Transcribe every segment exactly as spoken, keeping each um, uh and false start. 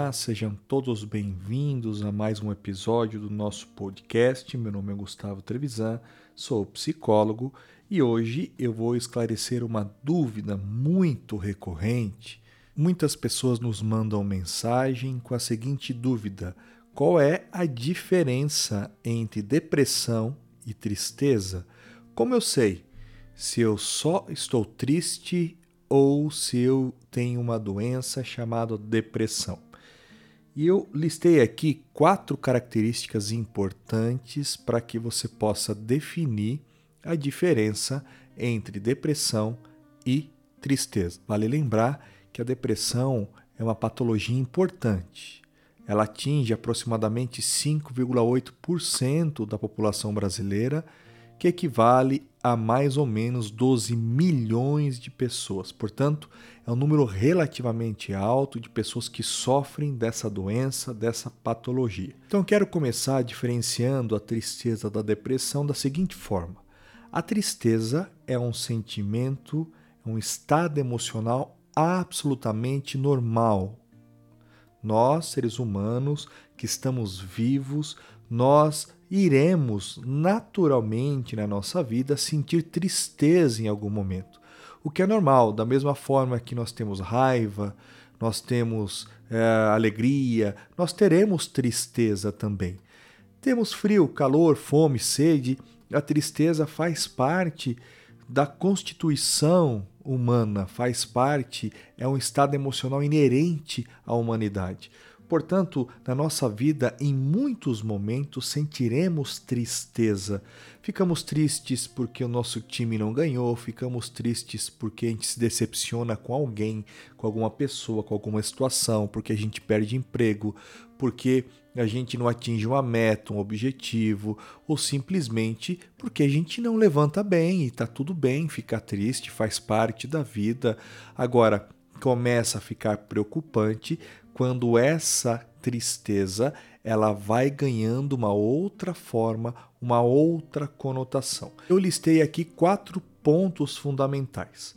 Olá, sejam todos bem-vindos a mais um episódio do nosso podcast. Meu nome é Gustavo Trevisan, sou psicólogo e hoje eu vou esclarecer uma dúvida muito recorrente. Muitas pessoas nos mandam mensagem com a seguinte dúvida: qual é a diferença entre depressão e tristeza? Como eu sei se eu só estou triste ou se eu tenho uma doença chamada depressão? E eu listei aqui quatro características importantes para que você possa definir a diferença entre depressão e tristeza. Vale lembrar que a depressão é uma patologia importante. Ela atinge aproximadamente cinco vírgula oito por cento da população brasileira, que equivale a mais ou menos doze milhões de pessoas. Portanto, é um número relativamente alto de pessoas que sofrem dessa doença, dessa patologia. Então, quero começar diferenciando a tristeza da depressão da seguinte forma: a tristeza é um sentimento, é um estado emocional absolutamente normal. Nós, seres humanos que estamos vivos, nós iremos naturalmente na nossa vida sentir tristeza em algum momento, o que é normal. Da mesma forma que nós temos raiva, nós temos é, alegria, nós teremos tristeza também. Temos frio, calor, fome, sede. A tristeza faz parte da constituição humana, faz parte, é um estado emocional inerente à humanidade. Portanto, na nossa vida, em muitos momentos, sentiremos tristeza. Ficamos tristes porque o nosso time não ganhou, ficamos tristes porque a gente se decepciona com alguém, com alguma pessoa, com alguma situação, porque a gente perde emprego, porque a gente não atinge uma meta, um objetivo, ou simplesmente porque a gente não levanta bem e está tudo bem, ficar triste faz parte da vida. Agora, começa a ficar preocupante quando essa tristeza ela vai ganhando uma outra forma, uma outra conotação. Eu listei aqui quatro pontos fundamentais.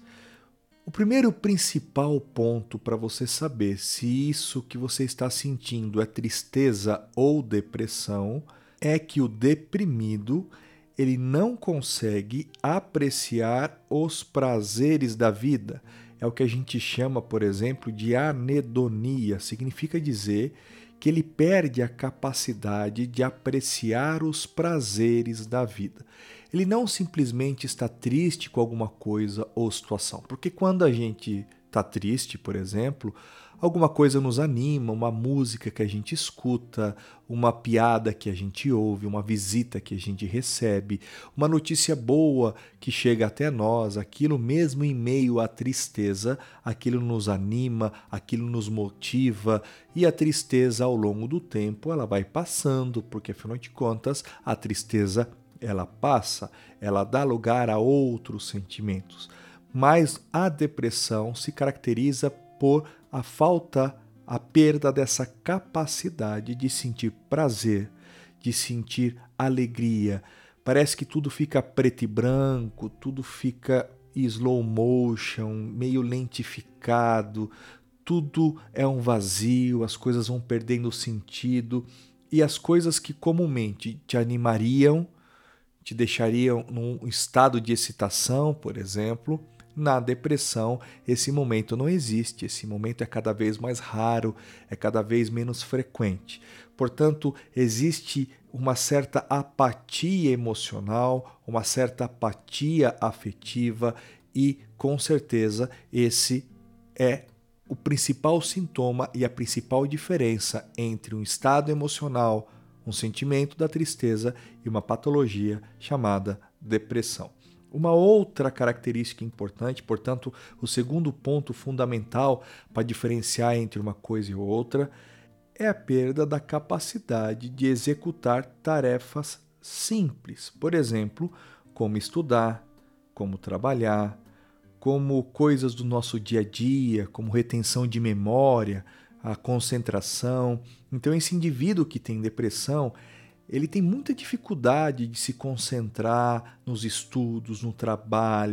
O primeiro principal ponto para você saber se isso que você está sentindo é tristeza ou depressão é que o deprimido ele não consegue apreciar os prazeres da vida. É o que a gente chama, por exemplo, de anedonia. Significa dizer que ele perde a capacidade de apreciar os prazeres da vida. Ele não simplesmente está triste com alguma coisa ou situação, porque quando a gente está triste, por exemplo, alguma coisa nos anima, uma música que a gente escuta, uma piada que a gente ouve, uma visita que a gente recebe, uma notícia boa que chega até nós, aquilo mesmo em meio à tristeza, aquilo nos anima, aquilo nos motiva, e a tristeza ao longo do tempo ela vai passando, porque afinal de contas a tristeza ela passa, ela dá lugar a outros sentimentos. Mas a depressão se caracteriza por a falta, a perda dessa capacidade de sentir prazer, de sentir alegria. Parece que tudo fica preto e branco, tudo fica slow motion, meio lentificado, tudo é um vazio, as coisas vão perdendo sentido e as coisas que comumente te animariam, te deixariam num estado de excitação, por exemplo, na depressão esse momento não existe, esse momento é cada vez mais raro, é cada vez menos frequente. Portanto, existe uma certa apatia emocional, uma certa apatia afetiva e, com certeza, esse é o principal sintoma e a principal diferença entre um estado emocional, um sentimento da tristeza e uma patologia chamada depressão. Uma outra característica importante, portanto, o segundo ponto fundamental para diferenciar entre uma coisa e outra, é a perda da capacidade de executar tarefas simples. Por exemplo, como estudar, como trabalhar, como coisas do nosso dia a dia, como retenção de memória, a concentração. Então, esse indivíduo que tem depressão, ele tem muita dificuldade de se concentrar nos estudos, no trabalho,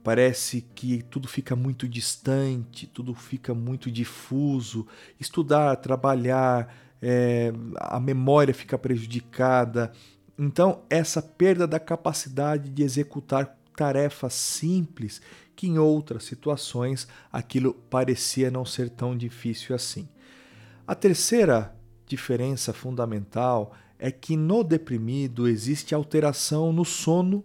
parece que tudo fica muito distante, tudo fica muito difuso. Estudar, trabalhar, é, a memória fica prejudicada. Então, essa perda da capacidade de executar tarefas simples que em outras situações aquilo parecia não ser tão difícil assim. A terceira diferença fundamental é que no deprimido existe alteração no sono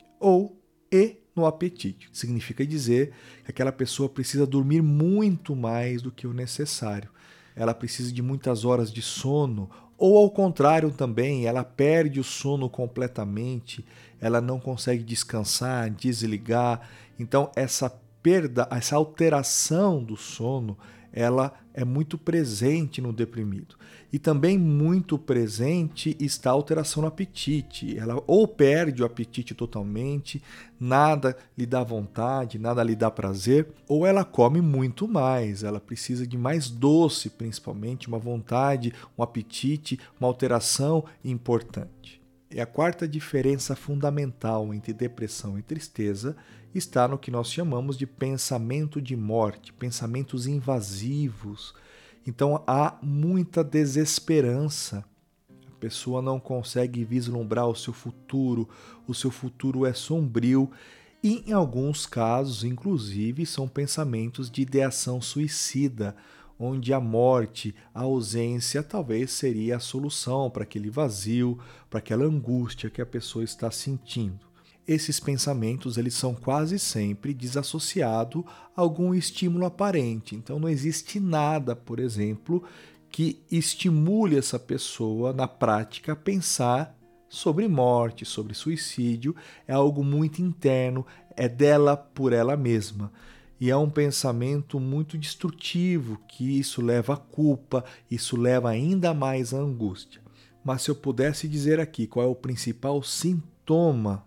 ou e no apetite. Significa dizer que aquela pessoa precisa dormir muito mais do que o necessário. Ela precisa de muitas horas de sono, ou ao contrário também, ela perde o sono completamente, ela não consegue descansar, desligar. Então essa perda, essa alteração do sono, ela é muito presente no deprimido. E também muito presente está a alteração no apetite. Ela ou perde o apetite totalmente, nada lhe dá vontade, nada lhe dá prazer, ou ela come muito mais, ela precisa de mais doce, principalmente, uma vontade, um apetite, uma alteração importante. E a quarta diferença fundamental entre depressão e tristeza está no que nós chamamos de pensamento de morte, pensamentos invasivos. Então há muita desesperança. A pessoa não consegue vislumbrar o seu futuro, o seu futuro é sombrio e, em alguns casos, inclusive, são pensamentos de ideação suicida, onde a morte, a ausência, talvez seria a solução para aquele vazio, para aquela angústia que a pessoa está sentindo. Esses pensamentos eles são quase sempre desassociados a algum estímulo aparente. Então não existe nada, por exemplo, que estimule essa pessoa na prática a pensar sobre morte, sobre suicídio. É algo muito interno, é dela por ela mesma. E é um pensamento muito destrutivo, que isso leva à culpa, isso leva ainda mais à angústia. Mas se eu pudesse dizer aqui qual é o principal sintoma,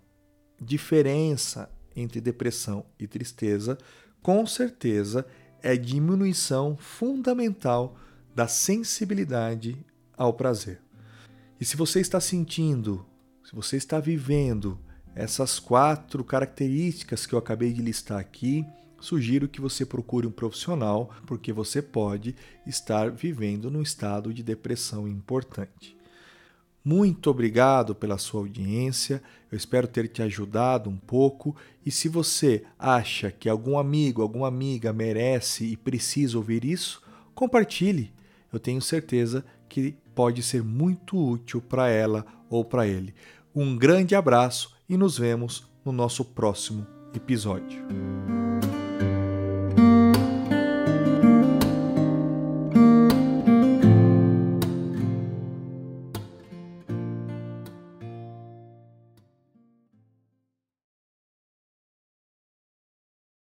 diferença entre depressão e tristeza, com certeza é diminuição fundamental da sensibilidade ao prazer. E se você está sentindo, se você está vivendo essas quatro características que eu acabei de listar aqui, sugiro que você procure um profissional, porque você pode estar vivendo num estado de depressão importante. Muito obrigado pela sua audiência, eu espero ter te ajudado um pouco e se você acha que algum amigo, alguma amiga merece e precisa ouvir isso, compartilhe. Eu tenho certeza que pode ser muito útil para ela ou para ele. Um grande abraço e nos vemos no nosso próximo episódio.